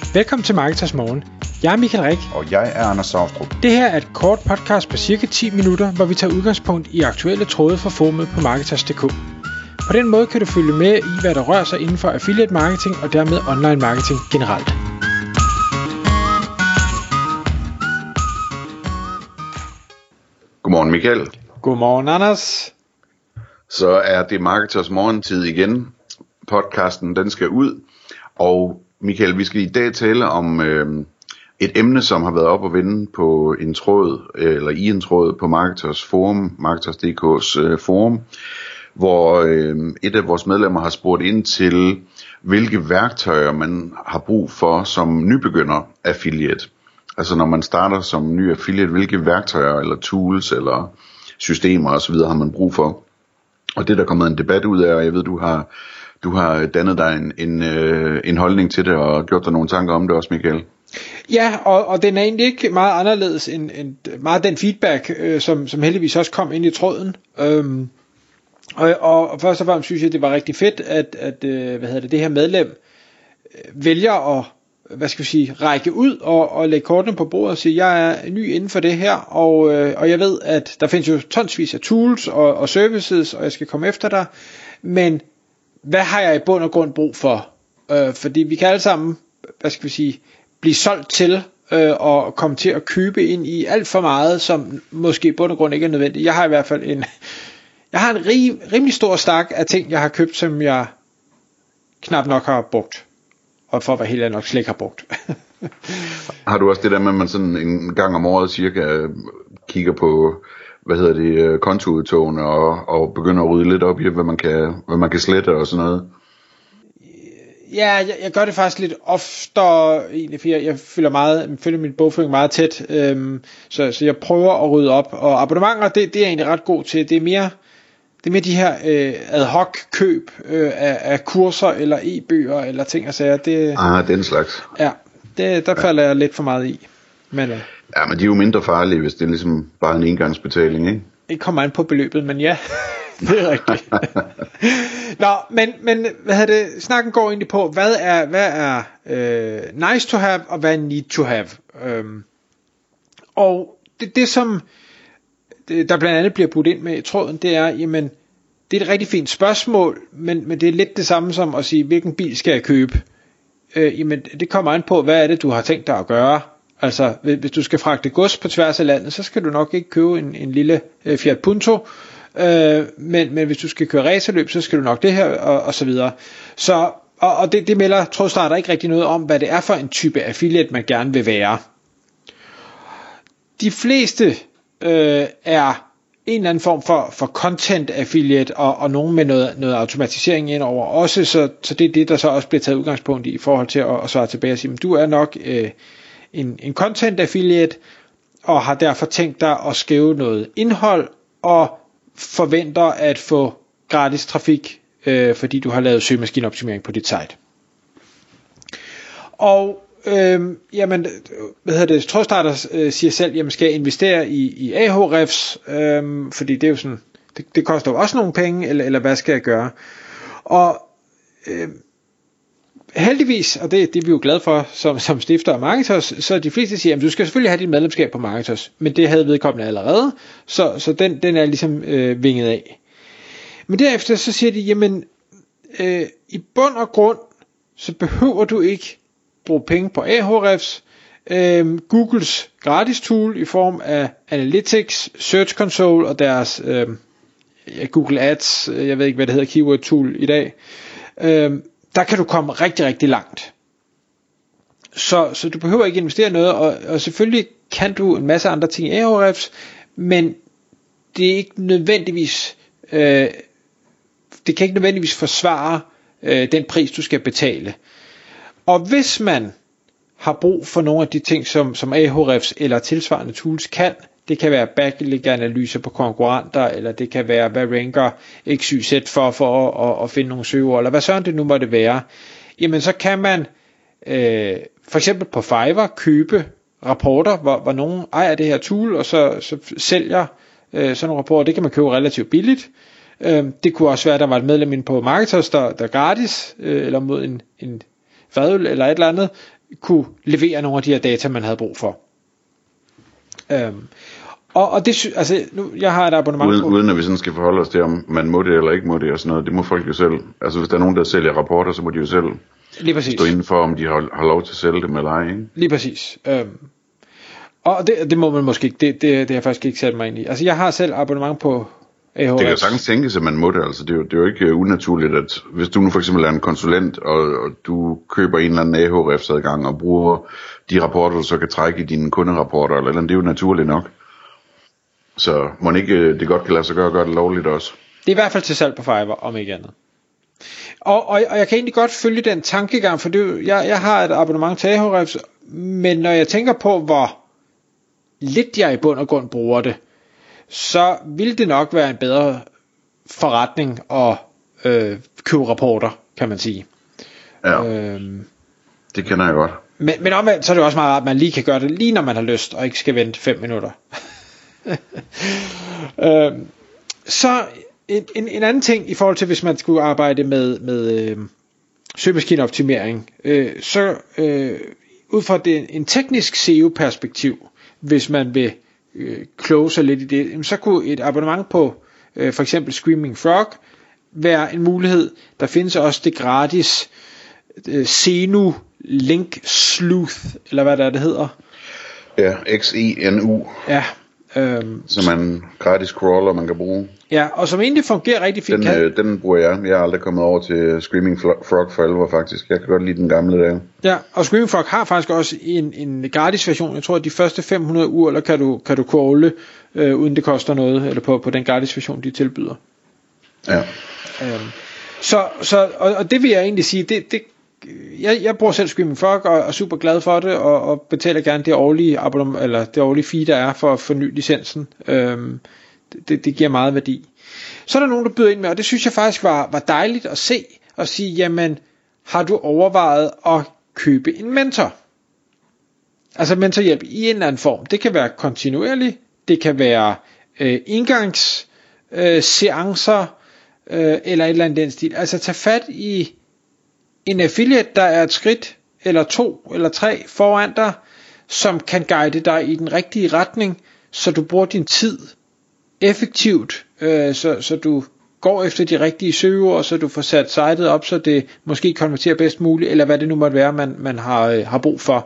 Velkommen til Marketers Morgen. Jeg er Michael Rik. Og jeg er Anders Saustrup. Det her er et kort podcast på cirka 10 minutter, hvor vi tager udgangspunkt i aktuelle tråde fra forumet på Marketers.dk. På den måde kan du følge med i, hvad der rører sig inden for affiliate marketing og dermed online marketing generelt. Godmorgen Michael. Godmorgen Anders. Så er det Marketers Morgentid igen. Podcasten den skal ud. Og Michael, vi skal i dag tale om et emne, som har været op at vende på en tråd, eller i en tråd på Marketers Forum, Marketers.dk's forum, hvor et af vores medlemmer har spurgt ind til, hvilke værktøjer man har brug for som nybegynder affiliate. Altså når man starter som ny affiliate, hvilke værktøjer eller tools eller systemer osv. har man brug for. Og det der kommer en debat ud af, og jeg ved du har dannet dig en holdning til det og gjort dig nogle tanker om det også, Michael. Ja, og den er egentlig ikke meget anderledes end meget den feedback, som heldigvis også kom ind i tråden. Og først og fremmest synes jeg, det var rigtig fedt, at det her medlem vælger at række ud og lægge kortene på bordet og sige, jeg er ny inden for det her, og jeg ved, at der findes jo tonsvis af tools og services, og jeg skal komme efter dig, men hvad har jeg i bund og grund brug for? Fordi vi kan alle sammen, blive solgt til og komme til at købe ind i alt for meget, som måske i bund og grund ikke er nødvendigt. Jeg har i hvert fald en rimelig stor stak af ting, jeg har købt, som jeg knap nok har brugt. Og for at være helt ærlig nok slet ikke har brugt. Har du også det der med, at man sådan en gang om året cirka kigger på, kontoudtogene og begynder at rydde lidt op i, hvad man kan slette og sådan noget? Ja, jeg gør det faktisk lidt oftere egentlig, for jeg følger min bogføring meget tæt, så jeg prøver at rydde op, og abonnementer, det er jeg egentlig ret god til. Det er mere de her ad hoc køb af kurser eller e-bøger eller ting og sager. Den slags. Ja, der falder jeg lidt for meget i. Men, ja, men de er jo mindre farlige, hvis det er ligesom bare en engangsbetaling, ikke? Det kommer an på beløbet, men ja, det er rigtigt. Nå, men snakken går egentlig på, hvad er nice to have, og hvad er need to have. Og det som der blandt andet bliver budt ind med i tråden, det er, jamen, det er et rigtig fint spørgsmål, men det er lidt det samme som at sige, hvilken bil skal jeg købe? Jamen, det kommer an på, hvad er det, du har tænkt dig at gøre. Altså, hvis du skal fragte gods på tværs af landet, så skal du nok ikke købe en lille Fiat Punto, men hvis du skal køre racerløb, så skal du nok det her, og så videre. Så, og det melder trådstarter ikke rigtig noget om, hvad det er for en type affiliate, man gerne vil være. De fleste er en eller anden form for content affiliate, og nogen med noget automatisering ind over også, så det er det, der så også bliver taget udgangspunkt i forhold til at svare tilbage og sige, du er nok en content affiliate, og har derfor tænkt dig at skrive noget indhold, og forventer at få gratis trafik, fordi du har lavet søgemaskineoptimering på dit site. Og trådstarter siger selv, jamen skal jeg investere i Ahrefs, fordi det er jo sådan, det koster jo også nogle penge, eller hvad skal jeg gøre? Og heldigvis, og det er vi jo glade for som stifter af Marketers, så de fleste siger, at du skal selvfølgelig have dit medlemskab på Marketers, men det havde vedkommende allerede, så den er ligesom vinget af. Men derefter så siger de, jamen i bund og grund, så behøver du ikke bruge penge på Ahrefs, Googles gratis tool i form af Analytics, Search Console og deres Google Ads, jeg ved ikke hvad det hedder, keyword tool i dag, der kan du komme rigtig, rigtig langt. Så du behøver ikke investere noget, og selvfølgelig kan du en masse andre ting i Ahrefs, men det er ikke nødvendigvis, det kan ikke nødvendigvis forsvare den pris, du skal betale. Og hvis man har brug for nogle af de ting, som Ahrefs eller tilsvarende tools kan, det kan være backlink-analyser på konkurrenter, eller det kan være, hvad ranker XYZ for at finde nogle søgeord, eller hvad sådan det nu måtte være, jamen så kan man for eksempel på Fiverr købe rapporter, hvor nogen ejer det her tool, og så sælger sådan nogle rapporter. Det kan man købe relativt billigt. Det kunne også være, at der var et medlem inde på Marketers, der gratis, eller mod en fadøl eller et eller andet, kunne levere nogle af de her data, man havde brug for. Og det, altså, nu, jeg har et abonnement uden at vi sådan skal forholde os til, om man må det eller ikke må det og sådan noget. Det må folk jo selv. Altså hvis der er nogen, der sælger rapporter, så må de jo selv stå inden for, om de har lov til at sælge dem eller ej, ikke? Lige præcis. Og det må man måske ikke. Det har jeg faktisk ikke sat mig ind i. Altså jeg har selv abonnement på Ahrefs. Det kan jo sagtens tænkes, at man må det. Altså det er jo ikke unaturligt, at hvis du nu for eksempel er en konsulent, og du køber en eller anden Ahrefs adgang og bruger de rapporter, du så kan trække i dine kunderapporter, eller andet, det er jo naturligt nok. Så må ikke det godt kan lade sig gøre det lovligt også. Det er i hvert fald til salg på Fiverr, om ikke andet. Og jeg kan egentlig godt følge den tankegang, for jeg har et abonnement til Ahrefs, men når jeg tænker på, hvor lidt jeg i bund og grund bruger det, så vil det nok være en bedre forretning at købe rapporter, kan man sige. Ja, det kender jeg godt. Men omvendt, så er det også meget rart, at man lige kan gøre det lige når man har lyst, og ikke skal vente 5 minutter. Så en anden ting i forhold til, hvis man skulle arbejde med søgemaskineoptimering, så ud fra en teknisk SEO-perspektiv, hvis man vil kloge sig lidt i det, så kunne et abonnement på for eksempel Screaming Frog være en mulighed. Der findes også det gratis Xenu Link Sleuth, eller hvad det hedder. Ja, XENU. Ja. Som er en gratis crawler, man kan bruge. Ja, og som egentlig fungerer rigtig fint. Den bruger jeg. Jeg er aldrig kommet over til Screaming Frog for alvor, faktisk. Jeg kan godt lide den gamle der. Ja, og Screaming Frog har faktisk også en gratis version. Jeg tror, at de første 500 uger kan du crawle, uden det koster noget, eller på den gratis version, de tilbyder. Ja. Og det vil jeg egentlig sige, jeg bruger selv Screaming Frog og er super glad for det, og betaler gerne det årlige fee, der er for at forny licensen. Det giver meget værdi. Så er der nogen, der byder ind med, og det synes jeg faktisk var dejligt at se, og sige, jamen, har du overvejet at købe en mentor? Altså mentorhjælp i en eller anden form. Det kan være kontinuerligt, det kan være engangsseancer, eller et eller andet den stil. Altså tag fat i en affiliate, der er et skridt, eller 2, eller 3 foran dig, som kan guide dig i den rigtige retning, så du bruger din tid effektivt, så du går efter de rigtige søgeord, så du får sat sitet op, så det måske konverterer bedst muligt, eller hvad det nu måtte være, man har brug for.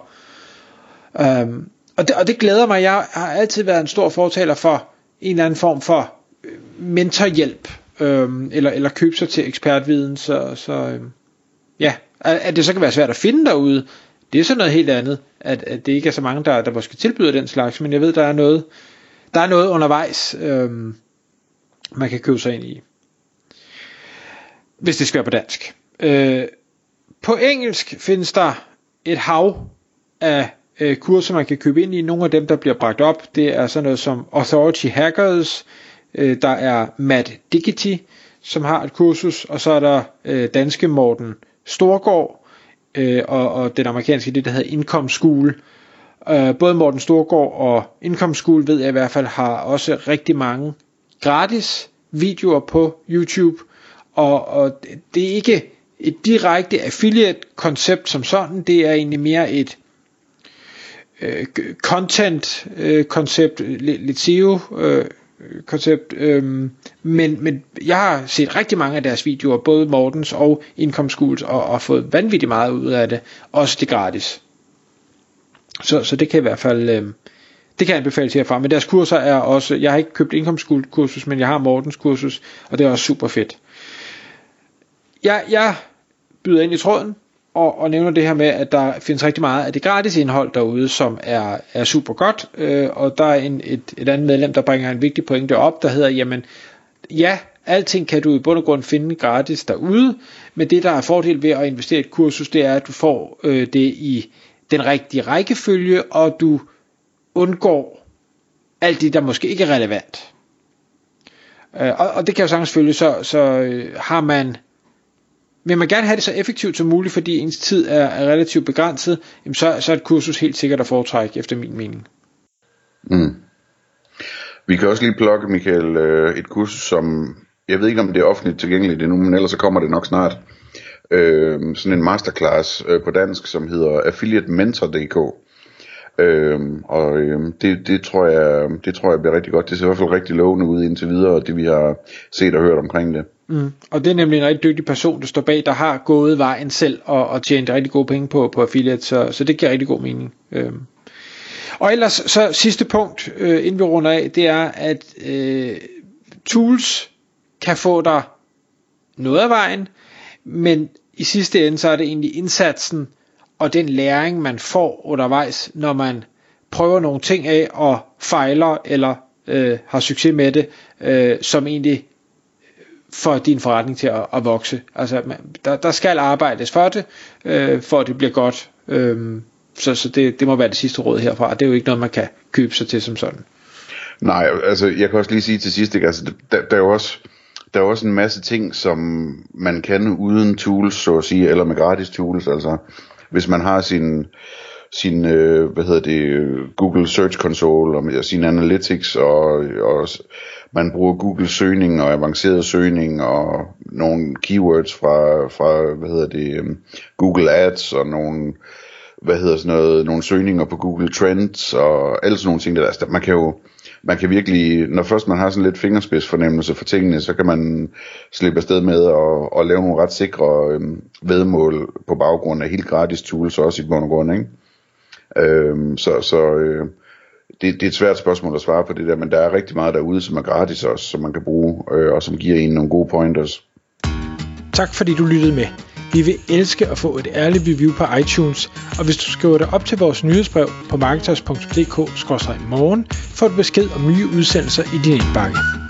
Og det glæder mig. Jeg har altid været en stor fortaler for en eller anden form for mentorhjælp, eller købe sig til ekspertviden, ja, at det så kan være svært at finde derude, det er så noget helt andet, at det ikke er så mange, der måske tilbyder den slags, men jeg ved, der er noget undervejs, man kan købe sig ind i, hvis det skal være på dansk. På engelsk findes der et hav af kurser, man kan købe ind i. Nogle af dem, der bliver bragt op, det er sådan noget som Authority Hackers, der er Matt Diggity, som har et kursus, og så er der danske Morten Storgård, og den amerikanske, det der hedder Income School. Både Morten Storgård og Income School, ved jeg i hvert fald, har også rigtig mange gratis videoer på YouTube, og det er ikke et direkte affiliate koncept som sådan, det er egentlig mere et content koncept, lidt SEO koncept, men jeg har set rigtig mange af deres videoer, både Mortens og Income Schools, og fået vanvittigt meget ud af det, også det gratis. Så det kan i hvert fald det kan jeg anbefale til herfra. Men deres kurser er også, jeg har ikke købt Income School kursus, men jeg har Mortens kursus, og det er også super fedt. Jeg byder ind i tråden og nævner det her med, at der findes rigtig meget af det gratis indhold derude, som er super godt, og der er et andet medlem, der bringer en vigtig pointe op, der hedder, jamen ja, alting kan du i bund og grund finde gratis derude, men det der er fordel ved at investere i et kursus, det er, at du får det i den rigtige rækkefølge, og du undgår alt det, der måske ikke er relevant. Og det kan jo sagtens følge, så har man, vil man gerne have det så effektivt som muligt, fordi ens tid er relativt begrænset, så er et kursus helt sikkert at foretrække, efter min mening. Vi kan også lige plukke, Michael, et kursus, som, jeg ved ikke om det er offentligt tilgængeligt endnu, men ellers så kommer det nok snart, sådan en masterclass på dansk, som hedder affiliatementor.dk. Det tror jeg bliver rigtig godt. Det ser i hvert fald rigtig lovende ud indtil videre, det vi har set og hørt omkring det. Og det er nemlig en rigtig dygtig person, der står bag, der har gået vejen selv og tjent rigtig gode penge på affiliate, så det giver rigtig god mening. Og ellers så sidste punkt, inden vi runder af, det er, at tools kan få dig noget af vejen, men i sidste ende så er det egentlig indsatsen og den læring man får undervejs, når man prøver nogle ting af og fejler eller har succes med det, som egentlig får din forretning til at vokse. Altså der skal arbejdes for det, for at det bliver godt. Så det må være det sidste råd herfra. Det er jo ikke noget man kan købe sig til som sådan. Nej, altså jeg kan også lige sige til sidst, ikke? Altså, der er jo også en masse ting, som man kan uden tools, så at sige, eller med gratis tools. Altså hvis man har sin Google Search Console og sin Analytics og man bruger Google søgning og avanceret søgning og nogle keywords fra Google Ads og nogle søgninger på Google Trends og alle sådan nogle ting der. Man kan virkelig, når først man har sådan lidt fingerspidsfornemmelse for tingene, så kan man slippe afsted med at lave nogle ret sikre væddemål på baggrund af helt gratis tools, også i bund og grund, ikke? Det er et svært spørgsmål at svare på det der, men der er rigtig meget derude, som er gratis også, som man kan bruge, og som giver en nogle gode pointers. Tak fordi du lyttede med. Vi vil elske at få et ærligt review på iTunes, og hvis du skriver dig op til vores nyhedsbrev på marketers.dk/morgen, får du besked om nye udsendelser i din indbakke.